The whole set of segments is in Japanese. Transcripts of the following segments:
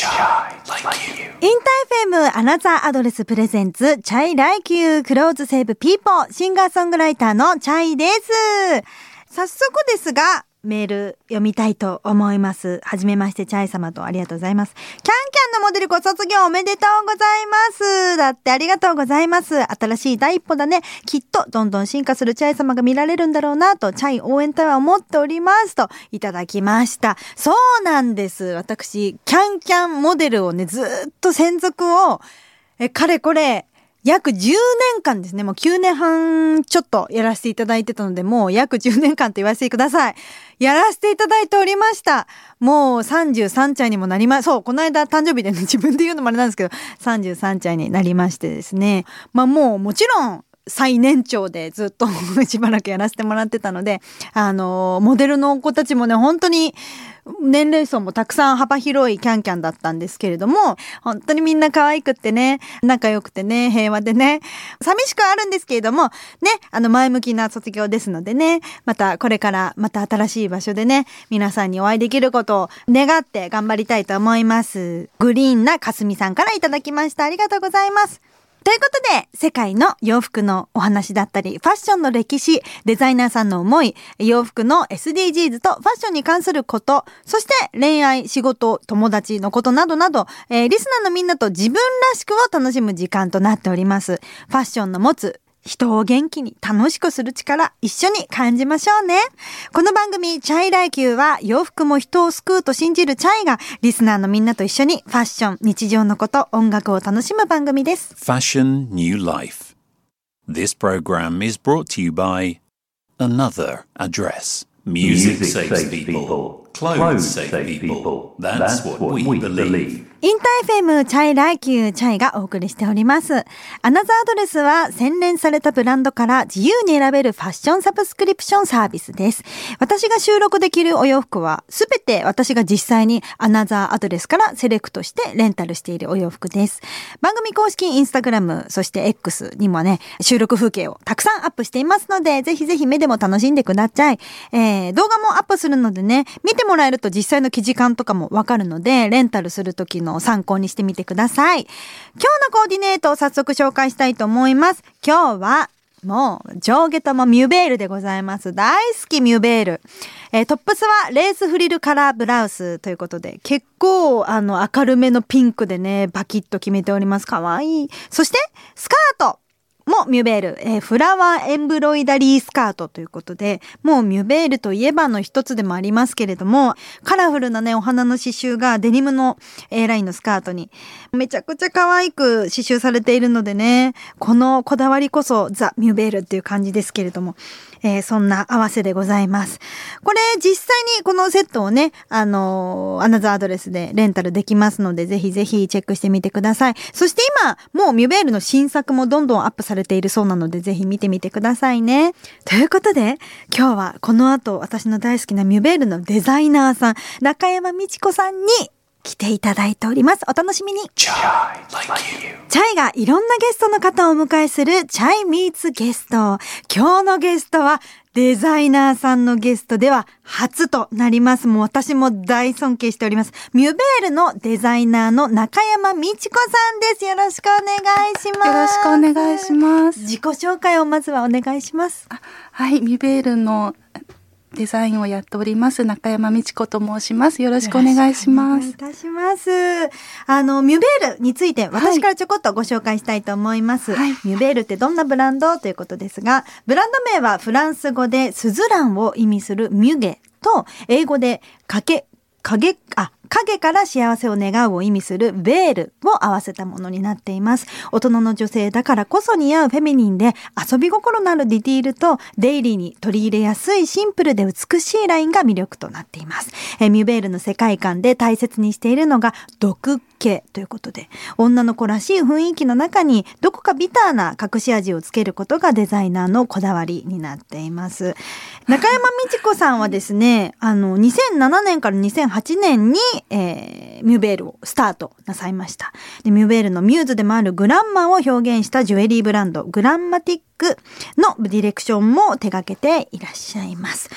Chai like you. インターフェムアナザーアドレスプレゼンツチャイライキュークローズセーブピーポーシンガーソングライターのチャイです。早速ですがメール読みたいと思います。はじめましてチャイ様とありがとうございます。キャンキャンのモデルご卒業おめでとうございます。だってありがとうございます。新しい第一歩だね。きっとどんどん進化するチャイ様が見られるんだろうなとチャイ応援隊は思っておりますといただきました。そうなんです。私キャンキャンモデルをねずっと専属をかれこれ約10年間ですね。もう9年半ちょっとやらせていただいてたので、もう約10年間と言わせてください。やらせていただいておりました。もう33歳にもなりそう、この間誕生日でね、自分で言うのもあれなんですけど、33歳になりましてですね。もちろん、最年長でずっとしばらくやらせてもらってたので、モデルの子たちもね、本当に年齢層もたくさん幅広いキャンキャンだったんですけれども、本当にみんな可愛くってね、仲良くてね、平和でね、寂しくはあるんですけれども、ね、前向きな卒業ですのでね、またこれからまた新しい場所でね、皆さんにお会いできることを願って頑張りたいと思います。グリーンなかすみさんからいただきました。ありがとうございます。ということで、世界の洋服のお話だったり、ファッションの歴史、デザイナーさんの思い、洋服の SDGs とファッションに関すること、そして恋愛、仕事、友達のことなどなど、リスナーのみんなと自分らしくを楽しむ時間となっております。ファッションの持つ人を元気に楽しくする力、一緒に感じましょうね。この番組、チャイライキューは洋服も人を救うと信じるチャイが、リスナーのみんなと一緒にファッション、日常のこと、音楽を楽しむ番組です。 Fashion New Life. This program is brought to you by Another Address. Music saves people. Clothes save people. That's what we believe. インターフェムチャイライキューチャイがお送りしております。アナザーアドレスは洗練されたブランドから自由に選べるファッションサブスクリプションサービスです。私が収録できるお洋服はすべて私が実際にアナザーアドレスからセレクトしてレンタルしているお洋服です。番組公式インスタグラムそして X にもね収録風景をたくさんアップしていますのでぜひぜひ目でも楽しんでください。動画もアップするのでね見てもらえると実際の生地感とかもわかるのでレンタルする時の参考にしてみてください。今日のコーディネートを早速紹介したいと思います。今日はもう上下ともミュベールでございます。大好きミュベール。トップスはレースフリルカラーブラウスということで結構明るめのピンクでねバキッと決めております。かわいい。そしてスカートもミュベール、フラワーエンブロイダリースカートということで、もうミュベールといえばの一つでもありますけれども、カラフルなね、お花の刺繍がデニムの A ラインのスカートにめちゃくちゃ可愛く刺繍されているのでね、このこだわりこそザ・ミュベールっていう感じですけれども、そんな合わせでございます。これ実際にこのセットをね、アナザーアドレスでレンタルできますので、ぜひぜひチェックしてみてください。そして今、もうミュベールの新作もどんどんアップされているそうなので、ぜひ見てみてくださいね。ということで、今日はこの後私の大好きなミュベールのデザイナーさん、中山美智子さんに来ていただいております。お楽しみに。 Chai like you. チャイがいろんなゲストの方をお迎えするチャイミーツゲスト。今日のゲストはデザイナーさんのゲストでは初となります。もう私も大尊敬しております。ミュベールのデザイナーの中山美智子さんです。よろしくお願いします。 よろしくお願いします。 自己紹介をまずはお願いします。 はい、ミュベールのデザインをやっております中山美智子と申します。よろしくお願いします。 お願いいたします。ミュベールについて私からちょこっとご紹介したいと思います。はい、ミュベールってどんなブランドということですが、ブランド名はフランス語でスズランを意味するミュゲと英語で影から幸せを願うを意味するベールを合わせたものになっています。大人の女性だからこそ似合うフェミニンで遊び心のあるディティールとデイリーに取り入れやすいシンプルで美しいラインが魅力となっています。ミュベールの世界観で大切にしているのが毒気ということで、女の子らしい雰囲気の中にどこかビターな隠し味をつけることがデザイナーのこだわりになっています。中山美智子さんはですね、2007年から2008年にミュベールをスタートなさいました。でミュベールのミューズでもあるグランマを表現したジュエリーブランドグランマティックのディレクションも手掛けていらっしゃいます。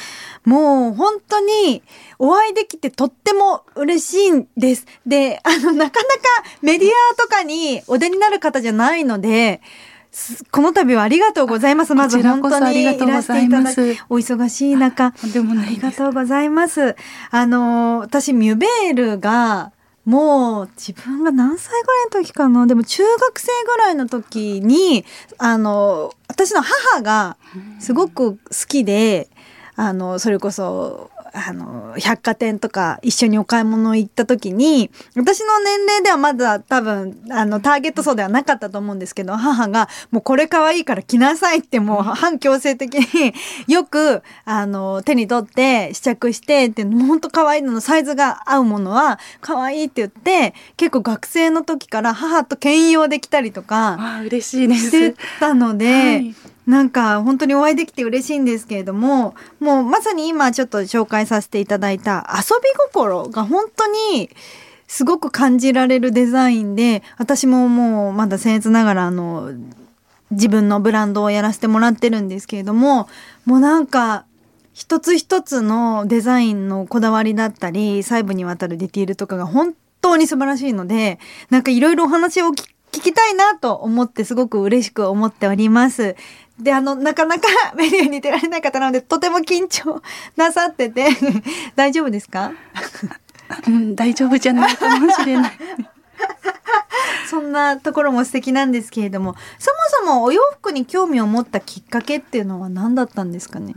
もう本当にお会いできてとっても嬉しいんです。で、なかなかメディアとかにお出になる方じゃないので、この度はありがとうございます。まず本当にいらしていただき、お忙しい中、 でもないありがとうございます。私、ミュベールが、もう自分が何歳ぐらいの時かな、でも中学生ぐらいの時に、私の母がすごく好きで、それこそ、百貨店とか一緒にお買い物行った時に、私の年齢ではまだ多分、ターゲット層ではなかったと思うんですけど、母が、もうこれ可愛いから着なさいってもう反強制的によく、手に取って試着してって、もうほんと可愛いののサイズが合うものは可愛いって言って、結構学生の時から母と兼用できたりとか、 嬉しいです。 してたので、 はい、 なんか本当にお会いできて嬉しいんですけれども、もうまさに今ちょっと紹介させていただいた遊び心が本当にすごく感じられるデザインで、私ももうまだ僭越ながら自分のブランドをやらせてもらってるんですけれども、もうなんか一つ一つのデザインのこだわりだったり細部にわたるディティールとかが本当に素晴らしいので、なんかいろいろお話を聞きたいなと思ってすごく嬉しく思っております。で、なかなかメディアに出られない方なのでとても緊張なさってて大丈夫ですか？ 大丈夫じゃないかもしれないそんなところも素敵なんですけれども、そもそもお洋服に興味を持ったきっかけっていうのは何だったんですかね？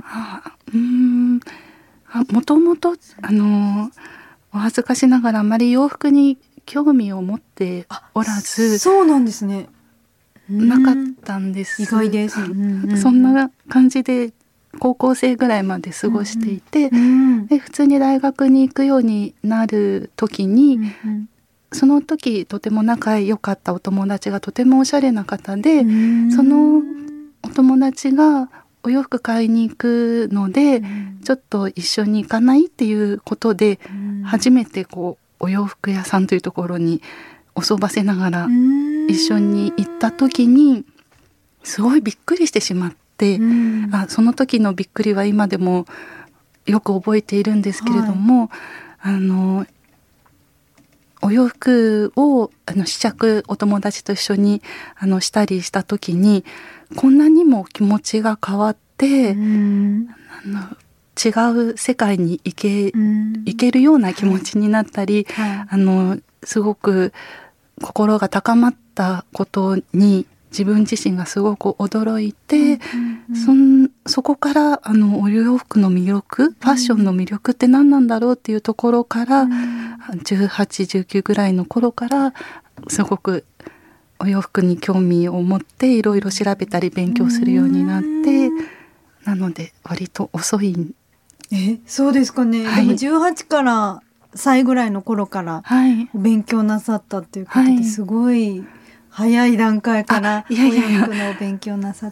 もともとお恥ずかしながらあまり洋服に興味を持っておらず、 そうなんですね。 なかったんです。 意外です。 そんな感じで高校生ぐらいまで過ごしていて、で普通に大学に行くようになる時に、その時とても仲良かったお友達がとてもおしゃれな方で、そのお友達がお洋服買いに行くので、ちょっと一緒に行かないっていうことで、初めてお洋服屋さんというところに遊ばせながら一緒に行った時にすごいびっくりしてしまって、その時のびっくりは今でもよく覚えているんですけれども、お洋服を試着お友達と一緒にしたりした時に、こんなにも気持ちが変わって、違う世界に行けるような気持ちになったり、すごく心が高まったことに自分自身がすごく驚いて、そこからお洋服の魅力、ファッションの魅力って何なんだろうっていうところから、18、19ぐらいの頃からすごくお洋服に興味を持っていろいろ調べたり勉強するようになって、なので割と遅い。 そうですかね。 はい、 でも18から歳ぐらいの頃からお勉強なさったっていうことで、すごい早い段階からお洋服のお勉強なさって。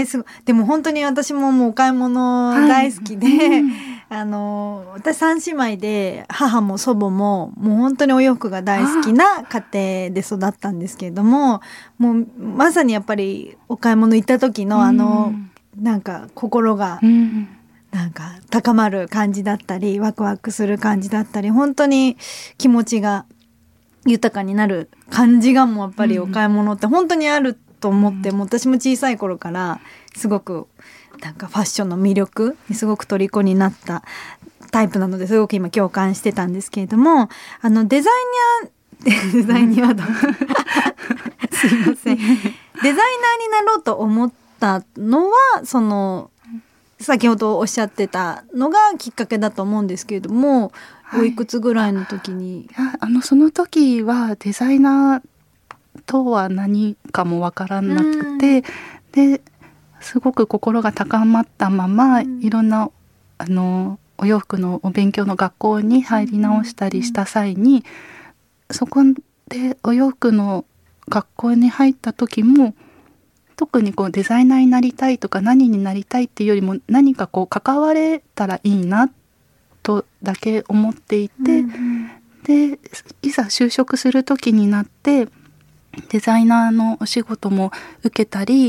すごい。でも本当に私ももうお買い物大好きで、私3姉妹で母も祖母ももう本当にお洋服が大好きな家庭で育ったんですけれども、もうまさにやっぱりお買い物行った時のなんか心がなんか高まる感じだったり、ワクワクする感じだったり、本当に気持ちが豊かになる感じがもうやっぱりお買い物って本当にあると思って、もう私も小さい頃からすごくなんかファッションの魅力にすごく虜になったタイプなので、すごく今共感してたんですけれども、デザイニアどうすいません。デザイナーになろうと思ったのは先ほどおっしゃってたのがきっかけだと思うんですけれども、おいくつぐらいの時に？ その時はデザイナーとは何かもわからなくて、ですごく心が高まったまま、いろんなお洋服のお勉強の学校に入り直したりした際に、そこでお洋服の学校に入った時も特にデザイナーになりたいとか何になりたいっていうよりも、何か関われたらいいなとだけ思っていて、でいざ就職する時になってデザイナーのお仕事も受けたり、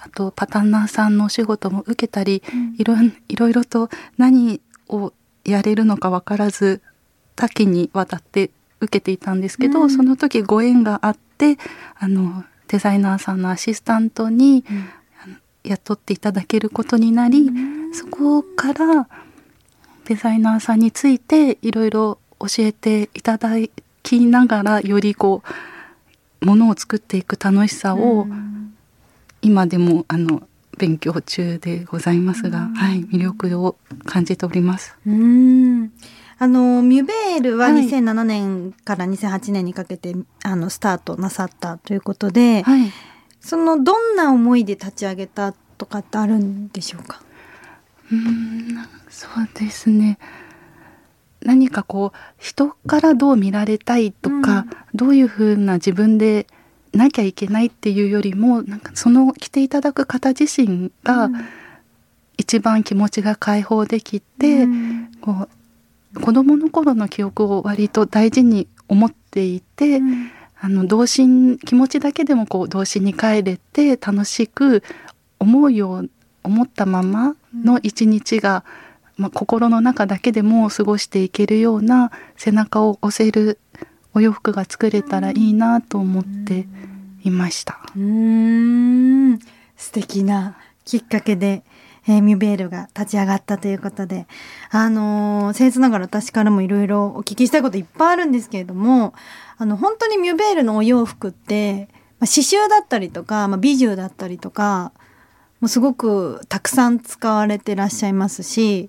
あとパタンナーさんのお仕事も受けたり、いろいろと何をやれるのか分からず多岐にわたって受けていたんですけど、その時ご縁があってデザイナーさんのアシスタントに、雇っていただけることになり、そこからデザイナーさんについていろいろ教えていただきながら、よりこうものを作っていく楽しさを今でも勉強中でございますが、魅力を感じております。 ミュベールは2007年から2008年にかけて、スタートなさったということで、そのどんな思いで立ち上げたとかってあるんでしょうか？ そうですね、何かこう人からどう見られたいとか、どういうふうな自分でなきゃいけないっていうよりも、なんかその来ていただく方自身が一番気持ちが解放できて、こう子どもの頃の記憶を割と大事に思っていて、気持ちだけでもこう童心に帰れて楽しく思ったままの一日が、心の中だけでも過ごしていけるような背中を押せるお洋服が作れたらいいなと思っていました。 素敵なきっかけで、ミュベールが立ち上がったということで、僭越ながら私からもいろいろお聞きしたいこといっぱいあるんですけれども、本当にミュベールのお洋服って、刺繍だったりとか、美繍だったりとかもうすごくたくさん使われてらっしゃいますし、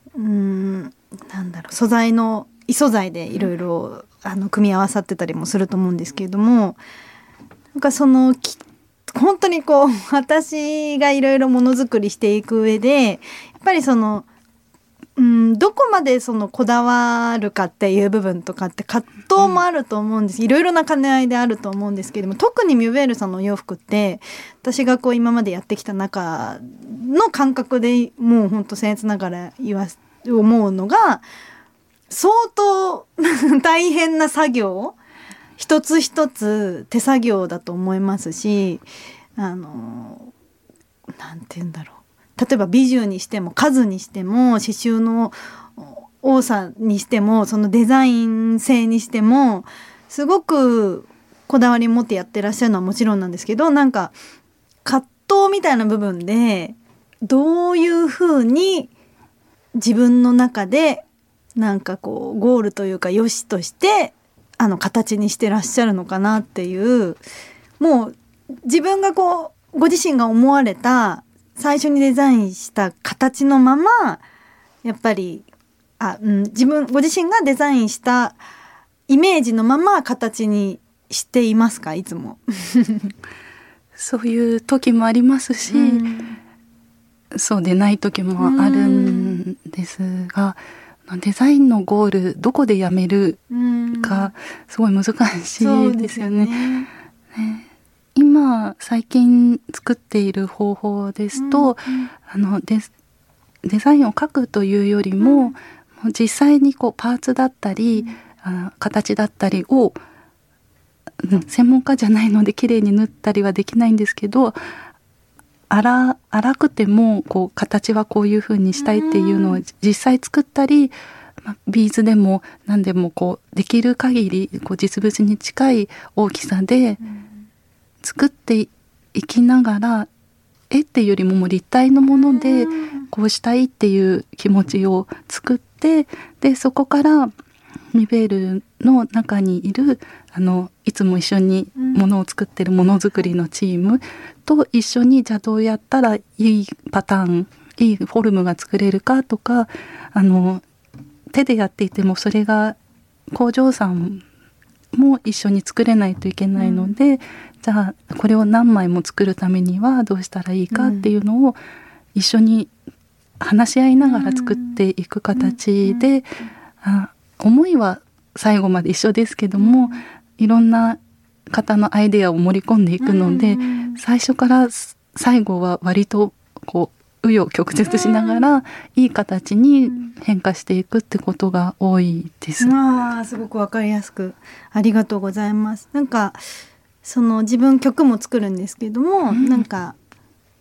素材の異素材でいろいろ組み合わさってたりもすると思うんですけれども、なんか本当にこう私がいろいろものづくりしていく上で、やっぱりどこまでこだわるかっていう部分とかって葛藤もあると思うんです。いろいろな兼ね合いであると思うんですけれども、特にミュベールさんのお洋服って私がこう今までやってきた中の感覚でもう本当僭越ながら思うのが、相当大変な作業、一つ一つ手作業だと思いますし、なんて言うんだろう、例えば美繍にしても数にしても刺繍の多さにしても、そのデザイン性にしてもすごくこだわり持ってやってらっしゃるのはもちろんなんですけど、なんか葛藤みたいな部分でどういうふうに自分の中でなんかこうゴールというか良しとして形にしてらっしゃるのかなっていう、もう自分がこうご自身が思われた最初にデザインした形のまま、やっぱりご自身がデザインしたイメージのまま形にしていますか？いつもそういう時もありますし、そうでない時もあるんですが、デザインのゴールどこでやめるかすごい難しいですよね。今最近作っている方法ですと、デザインを描くというよりも、実際にこうパーツだったり、形だったりを、専門家じゃないので綺麗に縫ったりはできないんですけど、粗くてもこう形はこういう風にしたいっていうのを実際作ったり、ビーズでも何でもこうできる限りこう実物に近い大きさで作っていきながら、絵っていうよりももう立体のものでこうしたいっていう気持ちを作って、でそこからミベールの中にいるいつも一緒にものを作ってるものづくりのチームと一緒に、じゃあどうやったらいいパターン、いいフォルムが作れるかとか、手でやっていてもそれが工場さんも一緒に作れないといけないので、じゃあこれを何枚も作るためにはどうしたらいいかっていうのを一緒に話し合いながら作っていく形で、思いは最後まで一緒ですけども、いろんな方のアイデアを盛り込んでいくので、最初から最後は割とこう紆余曲折しながらいい形に変化していくってことが多いです。 すごくわかりやすくありがとうございます。なんか自分曲も作るんですけども、なんか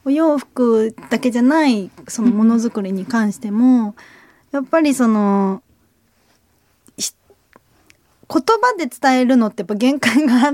お洋服だけじゃないそのものづくりに関しても、やっぱりその言葉で伝えるのってやっぱ限界があって、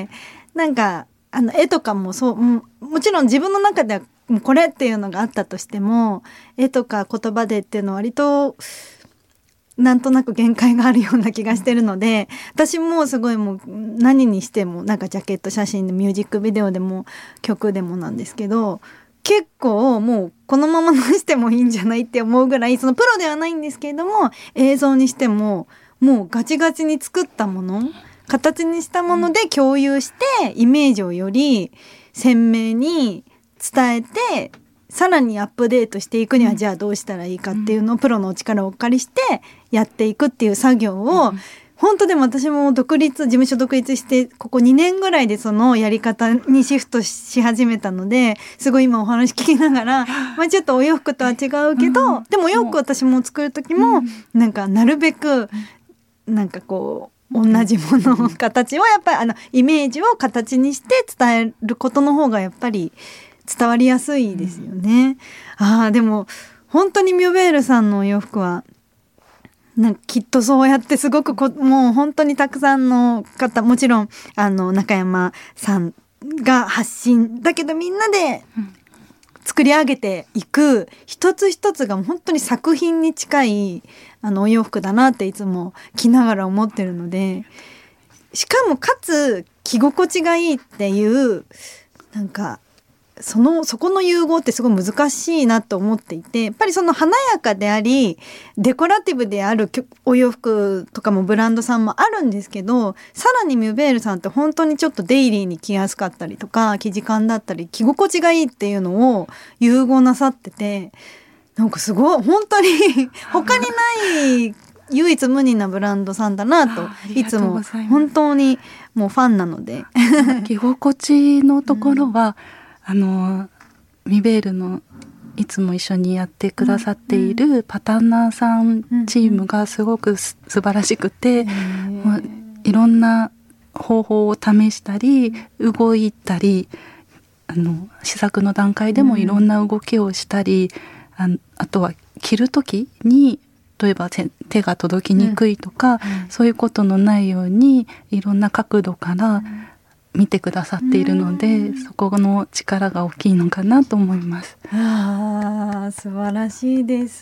なんか絵とかもそう、もちろん自分の中ではこれっていうのがあったとしても、絵とか言葉でっていうのは割となんとなく限界があるような気がしてるので、私もすごいもう何にしてもなんかジャケット写真でミュージックビデオでも曲でもなんですけど、結構もうこのまま出してもいいんじゃないって思うぐらい、そのプロではないんですけれども、映像にしてももうガチガチに作ったもの、形にしたもので共有してイメージをより鮮明に伝えて、さらにアップデートしていくにはじゃあどうしたらいいかっていうのをプロのお力をお借りしてやっていくっていう作業を、本当でも私も事務所独立してここ2年ぐらいでそのやり方にシフトし始めたので、すごい今お話聞きながら、ちょっとお洋服とは違うけど、でもお洋服私も作る時もなんかなるべくなんかこう同じものの形をやっぱりイメージを形にして伝えることの方がやっぱり伝わりやすいですよね。でも本当にミュベールさんのお洋服はなんかきっとそうやってすごくもう本当にたくさんの方、もちろん中山さんが発信だけど、みんなで作り上げていく一つ一つが本当に作品に近いお洋服だなっていつも着ながら思ってるので、しかもかつ着心地がいいっていうなんかそこの融合ってすごい難しいなと思っていて、やっぱりその華やかでありデコラティブであるお洋服とかもブランドさんもあるんですけど、さらにミュベールさんって本当にちょっとデイリーに着やすかったりとか、生地感だったり着心地がいいっていうのを融合なさってて、なんかすごい本当に他にない唯一無二なブランドさんだなといつも本当にもうファンなので着心地のところは、ミベールのいつも一緒にやってくださっているパタンナーさんチームがすごく素晴らしくて、いろんな方法を試したり動いたり、試作の段階でもいろんな動きをしたり、あとは着る時に例えば手が届きにくいとか、そういうことのないようにいろんな角度から見てくださっているので、そこの力が大きいのかなと思います。 素晴らしいです。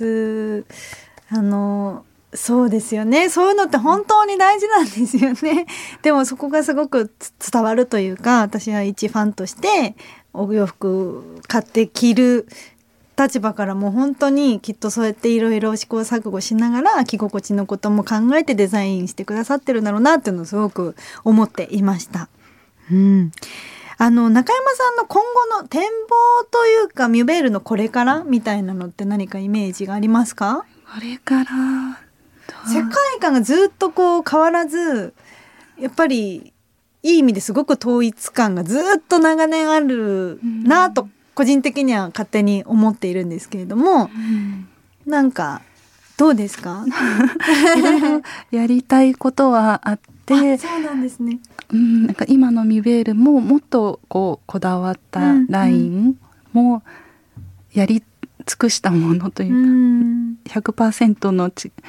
そうですよね。そういうのって本当に大事なんですよね。でもそこがすごく伝わるというか、私は一ファンとしてお洋服買って着る立場からも本当にきっとそうやっていろいろ試行錯誤しながら着心地のことも考えてデザインしてくださってるんだろうなっていうのをすごく思っていました。中山さんの今後の展望というか、ミュベールのこれからみたいなのって何かイメージがありますか？ これから世界観がずっとこう変わらず、やっぱりいい意味ですごく統一感がずっと長年あるなと個人的には勝手に思っているんですけれども、なんかどうですか？ いろいろやりたいことはあって、 そうなんですね。 なんか今のミベールももっとこだわったラインもやり尽くしたものというか、100% の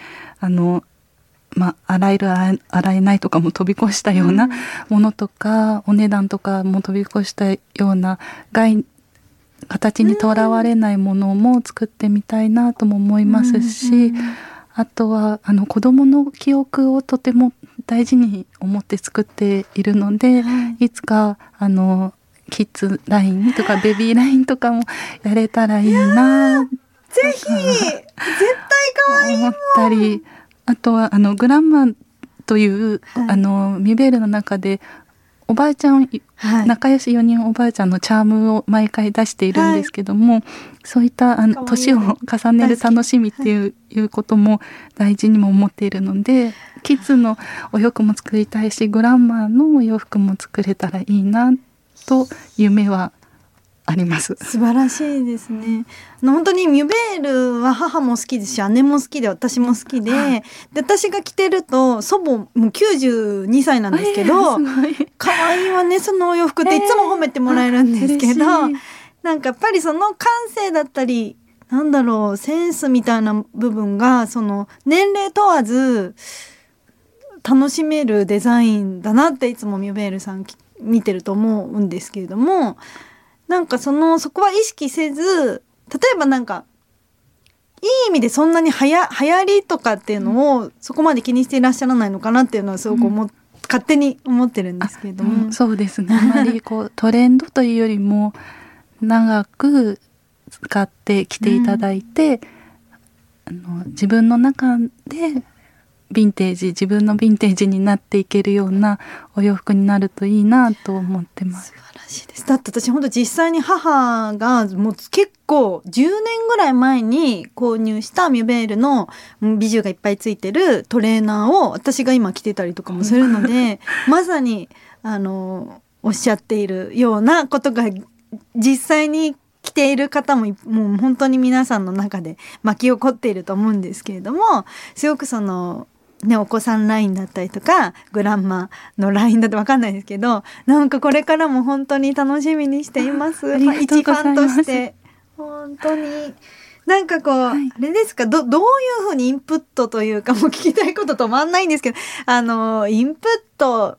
洗える洗えないとかも飛び越したようなものとか、お値段とかも飛び越したような形にとらわれないものも作ってみたいなとも思いますし、あとは子どもの記憶をとても大事に思って作っているので、いつかキッズラインとかベビーラインとかもやれたらいいな、 ぜひ絶対可愛いもん思ったり、あとはグランマという、ミベールの中でおばあちゃん、仲良し4人おばあちゃんのチャームを毎回出しているんですけども、そういった年を重ねる楽しみっていうことも大事にも思っているので、キッズのお洋服も作りたいし、グランマのお洋服も作れたらいいなと夢はあります。 素晴らしいですね。本当にミュベールは母も好きですし、姉も好きで私も好きで、私が着てると祖母も92歳なんですけど、可愛いわねそのお洋服っていつも褒めてもらえるんですけど、 なんかやっぱりその感性だったり、なんだろう、センスみたいな部分が、その年齢問わず楽しめるデザインだなっていつもミュベールさん見てると思うんですけれども、なんかそこは意識せず、例えばなんかいい意味でそんなに流行りとかっていうのをそこまで気にしていらっしゃらないのかなっていうのはすごく勝手に思ってるんですけれども、 そうですね。あまりこうトレンドというよりも長く使ってきていただいて、自分の中で自分のヴィンテージになっていけるようなお洋服になるといいなと思ってます。 素晴らしいです。だって私本当実際に母がもう結構10年ぐらい前に購入したミュベールのビジュがいっぱいついてるトレーナーを私が今着てたりとかもするのでまさにおっしゃっているようなことが実際に着ている方ももう本当に皆さんの中で巻き起こっていると思うんですけれども、すごくお子さんラインだったりとかグランマのラインだって分かんないですけど、なんかこれからも本当に楽しみにしています。一ファンとして本当になんかこう、あれですか、どういうふうにインプットというか、もう聞きたいこと止まんないんですけど、インプット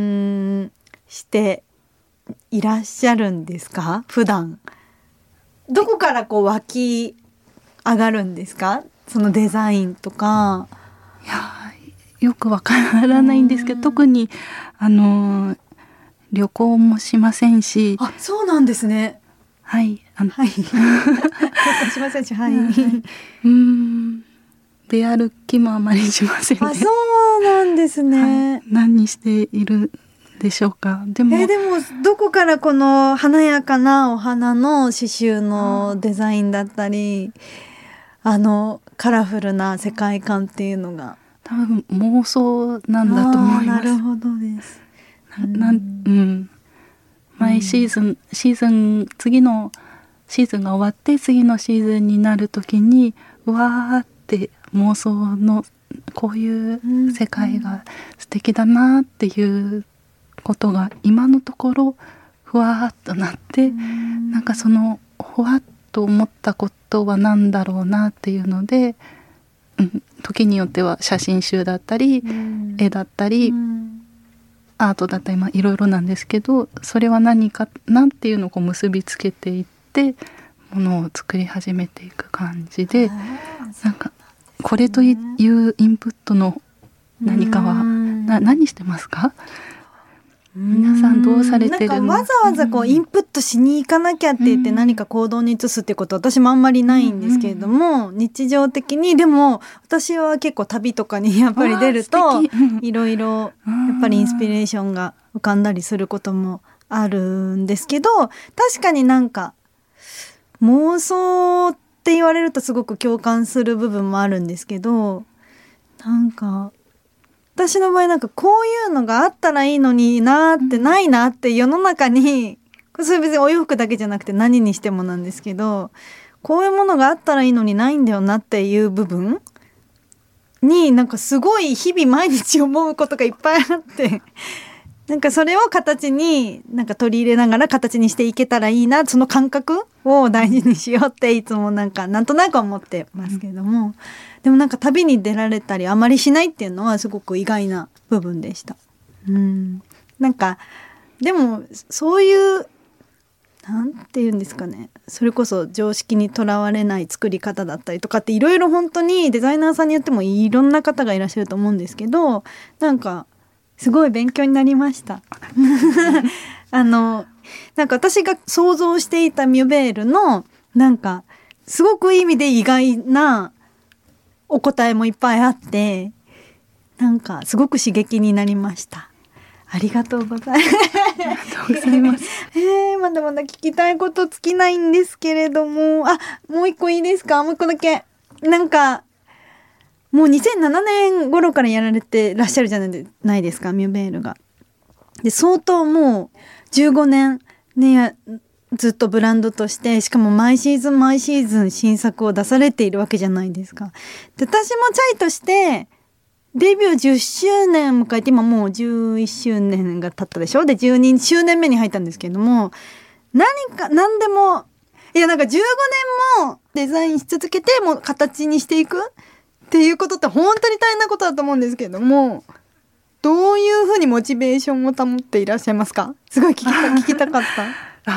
していらっしゃるんですか？普段どこからこう湧き上がるんですか？そのデザインとか。 いやよくわからないんですけど、特に旅行もしませんし。 あ、そうなんですね。 はい。 はい。旅行しませんし、はい。 出歩きもあまりしませんね。 あ、そうなんですね。 はい、何しているでしょうか。でもどこからこの華やかなお花の刺繍のデザインだったり、カラフルな世界観っていうのが多分妄想なんだと思います。 なるほどです。 毎シーズン次のシーズンが終わって次のシーズンになる時にうわーって妄想のこういう世界が素敵だなっていうことが今のところふわーっとなって、なんかそのふわっと思ったことは何だろうなっていうので、時によっては写真集だったり、絵だったり、アートだったり、いろいろなんですけど、それは何かなんていうのをこう結びつけていってものを作り始めていく感じで、なんかこれというインプットの何かは何してますか？皆さんどうされてるの？ なんかわざわざこうインプットしに行かなきゃって言って何か行動に移すってことは私もあんまりないんですけれども、日常的にでも私は結構旅とかにやっぱり出るといろいろやっぱりインスピレーションが浮かんだりすることもあるんですけど、確かになんか妄想って言われるとすごく共感する部分もあるんですけど、なんか私の場合なんかこういうのがあったらいいのになってないなって世の中に、それ別にお洋服だけじゃなくて何にしてもなんですけど、こういうものがあったらいいのにないんだよなっていう部分になんかすごい日々毎日思うことがいっぱいあってなんかそれを形になんか取り入れながら形にしていけたらいいな、その感覚を大事にしようっていつもなんとなく思ってますけれども、でもなんか旅に出られたりあまりしないっていうのはすごく意外な部分でした。なんかでもそういうなんていうんですかね、それこそ常識にとらわれない作り方だったりとかっていろいろ本当にデザイナーさんによってもいろんな方がいらっしゃると思うんですけど、なんかすごい勉強になりましたなんか私が想像していたミュベールのなんかすごくいい意味で意外なお答えもいっぱいあって、なんかすごく刺激になりました。ありがとうございます。 ありがとうございます。 まだまだ聞きたいこと尽きないんですけれども、もう一個いいですか？もう一個だけ。なんかもう2007年頃からやられてらっしゃるじゃないですか、ミュベールが。で相当もう15年ねずっとブランドとして、しかも毎シーズン毎シーズン新作を出されているわけじゃないですか。で私もチャイとしてデビュー10周年迎えて今もう11周年が経ったでしょ。で12周年目に入ったんですけれども、何でもいやなんか15年もデザインし続けてもう形にしていくっていうことって本当に大変なことだと思うんですけれども、どういうふうにモチベーションを保っていらっしゃいますか？すごい聞きたかった。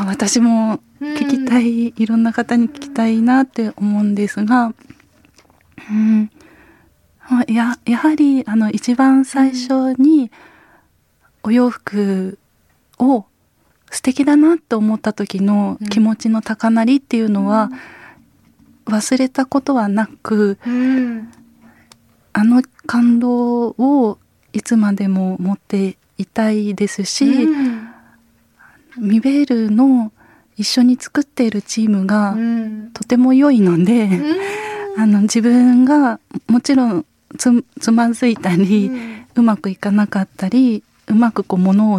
私も聞きたい、いろんな方に聞きたいなって思うんですが、やはり一番最初にお洋服を素敵だなと思った時の気持ちの高鳴りっていうのは忘れたことはなく、あの感動をいつまでも持っていたいですし、ミベールの一緒に作っているチームがとても良いので、自分がもちろんつまずいたり、うまくいかなかったり、うまくものを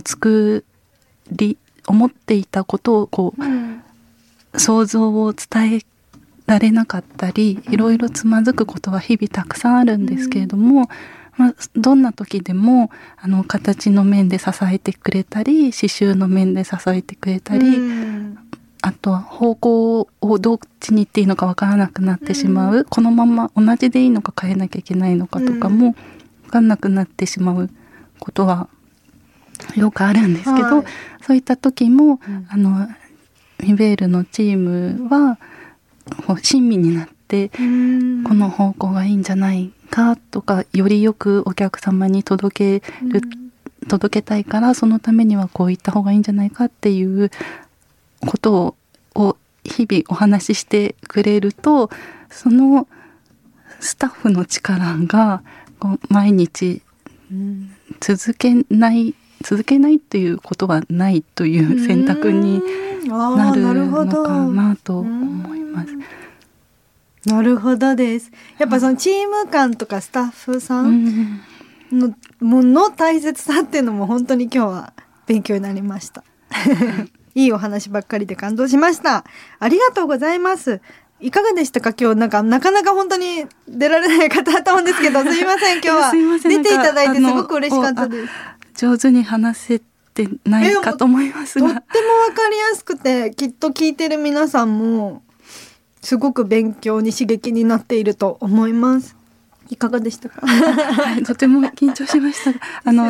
思っていたことを想像を伝えられなかったり、いろいろつまずくことは日々たくさんあるんですけれども、どんな時でも形の面で支えてくれたり、刺繍の面で支えてくれたり、あとは方向をどっちに行っていいのかわからなくなってしまう、このまま同じでいいのか変えなきゃいけないのかとかも分かんなくなってしまうことはよくあるんですけど、そういった時もミベールのチームは親身になって、この方向がいいんじゃないかとか、よりよくお客様に届けたいから、そのためにはこういった方がいいんじゃないかっていうことを日々お話ししてくれると、そのスタッフの力が毎日続けないということはないという選択になるのかなと思います。 なるほどです。やっぱそのチーム感とかスタッフさんの大切さっていうのも本当に今日は勉強になりました。いいお話ばっかりで感動しました。ありがとうございます。いかがでしたか？今日なかなか本当に出られない方だと思うんですけど、すいません、今日は出ていただいてすごく嬉しかったです。 上手に話せてないかと思いますが、 とってもわかりやすくて、きっと聞いてる皆さんもすごく勉強に刺激になっていると思います。いかがでしたか？ とても緊張しました。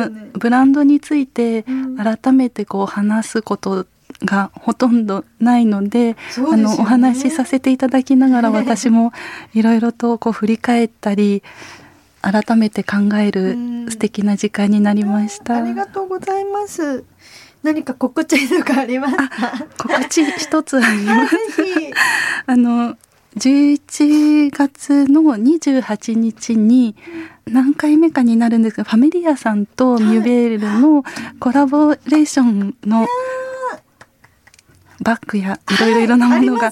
ブランドについて改めて話すことがほとんどないので、お話しさせていただきながら、私もいろいろと振り返ったり改めて考える素敵な時間になりました。 ありがとうございます。何か告知とかありますか？ 告知一つあります。11月の28日に何回目かになるんですが、ファミリアさんとミュベールのコラボレーションのバッグやいろなものが、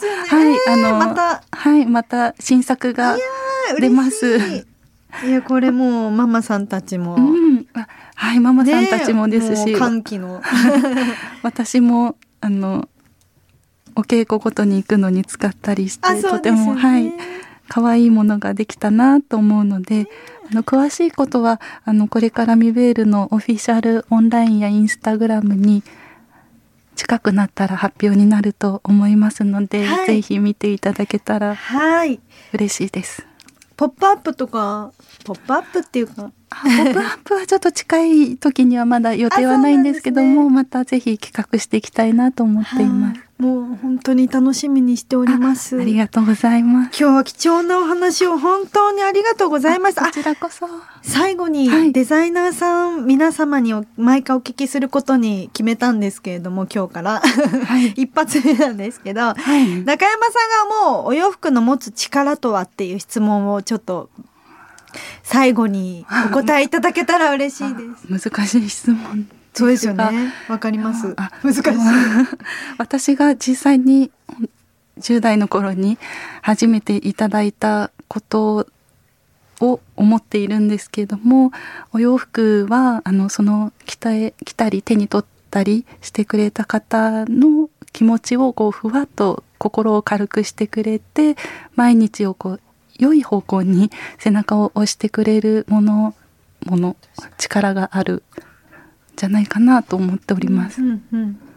また新作が出ます。 いや、これもうママさんたちも、 ママさんたちもですし、 歓喜の私もお稽古ごとに行くのに使ったりして、とても可愛いものができたなと思うので、詳しいことはこれからミベールのオフィシャルオンラインやインスタグラムに近くなったら発表になると思いますので、ぜひ見ていただけたら嬉しいです。 ポップアップとか、ポップアップっていうか、 ポップアップはちょっと近い時にはまだ予定はないんですけども、またぜひ企画していきたいなと思っています。 もう本当に楽しみにしております。 ありがとうございます。 今日は貴重なお話を本当にありがとうございました。 こちらこそ。 最後にデザイナーさん、皆様に毎回お聞きすることに決めたんですけれども、今日から、一発目なんですけど、中山さんがもうお洋服の持つ力とはっていう質問をちょっと最後にお答えいただけたら嬉しいです。 難しい質問。 そうですよね。わかります。難しい。 私が実際に10代の頃に初めていただいたことを思っているんですけれども、お洋服はその着たり手に取ったりしてくれた方の気持ちをふわっと心を軽くしてくれて、毎日を良い方向に背中を押してくれるもの力があるじゃないかなと思っております。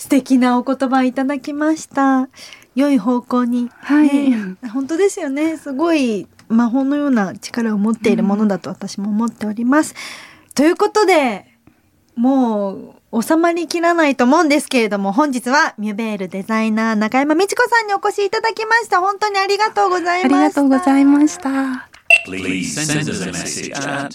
素敵なお言葉いただきました。良い方向に、 はい、 ね、本当ですよね。すごい魔法のような力を持っているものだと私も思っております。ということで、もう収まりきらないと思うんですけれども、本日はミュベールデザイナー中山美智子さんにお越しいただきました。本当にありがとうございました。 ありがとうございました。 Please send us a message at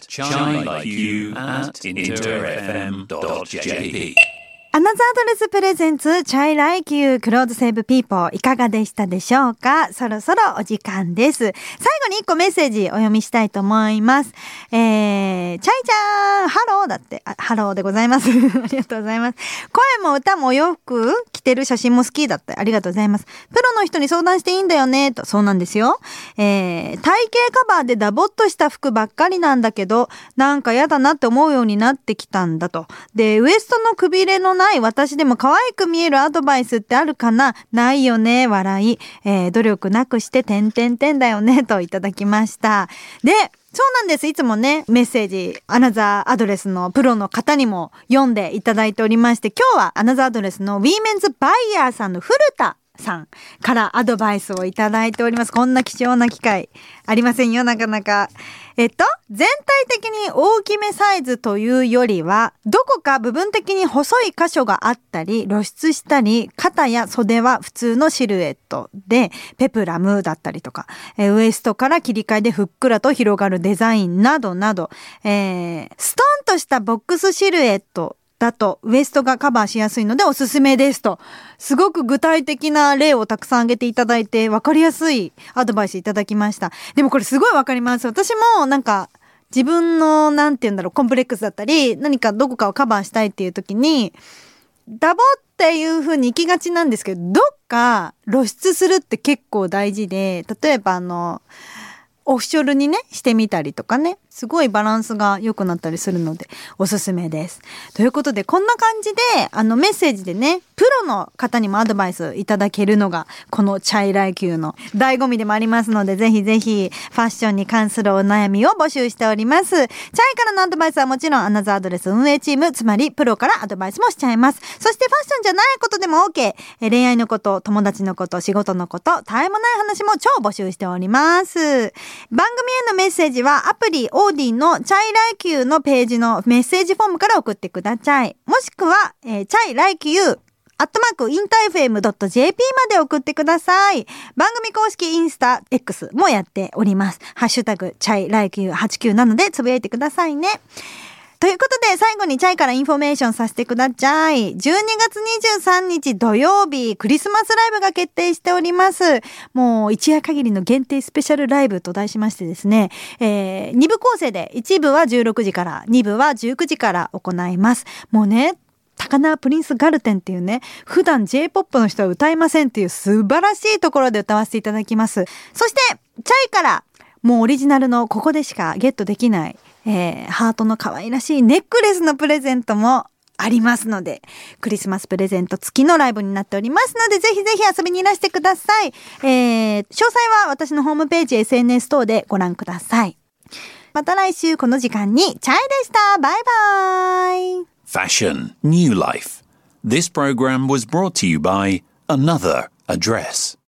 chai.like.you@interfm.jp アナザードレスプレゼンツチャイライキュークローズセーブピーポーいかがでしたでしょうか。そろそろお時間です。最後に1個メッセージお読みしたいと思います。チャイちゃんハローだってハローでございますありがとうございます。声も歌もお洋服着てる写真も好きだってありがとうございます。プロの人に相談していいんだよねと。そうなんですよ。体型カバーでダボっとした服ばっかりなんだけどなんかやだなって思うようになってきたんだと。でウエストのくびれのない私でも可愛く見えるアドバイスってあるかな。ないよね笑い、努力なくして点々点だよねといただきました。でそうなんです。いつもねメッセージアナザーアドレスのプロの方にも読んでいただいておりまして、今日はアナザーアドレスのウィーメンズバイヤーさんの古田さんからアドバイスをいただいております。こんな貴重な機会ありませんよ、なかなか。全体的に大きめサイズというよりはどこか部分的に細い箇所があったり露出したり、肩や袖は普通のシルエットでペプラムだったりとか、ウエストから切り替えでふっくらと広がるデザインなどなど、ストンとしたボックスシルエットだとウエストがカバーしやすいのでおすすめですと、すごく具体的な例をたくさん挙げていただいて分かりやすいアドバイスいただきました。でもこれすごい分かります。私もなんか自分のなんて言うんだろうコンプレックスだったり何かどこかをカバーしたいっていう時にダボっていう風に行きがちなんですけど、どっか露出するって結構大事で、例えばオフショルにねしてみたりとかね、すごいバランスが良くなったりするのでおすすめです。ということでこんな感じでメッセージでねプロの方にもアドバイスいただけるのがこのチャイライキューの醍醐味でもありますので、ぜひぜひファッションに関するお悩みを募集しております。チャイからのアドバイスはもちろんアナザーアドレス運営チーム、つまりプロからアドバイスもしちゃいます。そしてファッションじゃないことでも OK、恋愛のこと、友達のこと、仕事のこと、たわいもない話も超募集しております。番組へのメッセージはアプリオーディのチャイライキューのページのメッセージフォームから送ってください。もしくは、チャイライキュー@interfm.jp まで送ってください。番組公式インスタ X もやっております。ハッシュタグチャイライキュー89なのでつぶやいてくださいね。ということで最後にチャイからインフォメーションさせてください。12月23日土曜日クリスマスライブが決定しております。もう一夜限りの限定スペシャルライブと題しましてですね、2部構成で1部は16時から2部は19時から行います。もうね高輪プリンスガルテンっていうね普段 J-POP の人は歌いませんっていう素晴らしいところで歌わせていただきます。そしてチャイからもうオリジナルのここでしかゲットできないハートの可愛らしいネックレスのプレゼントもありますので、クリスマスプレゼント付きのライブになっておりますので、ぜひぜひ遊びにいらしてください。詳細は私のホームページ SNS 等でご覧ください。また来週この時間にチャイでした。バイバイ。 Fashion, New Life. This program was brought to you by Another Address.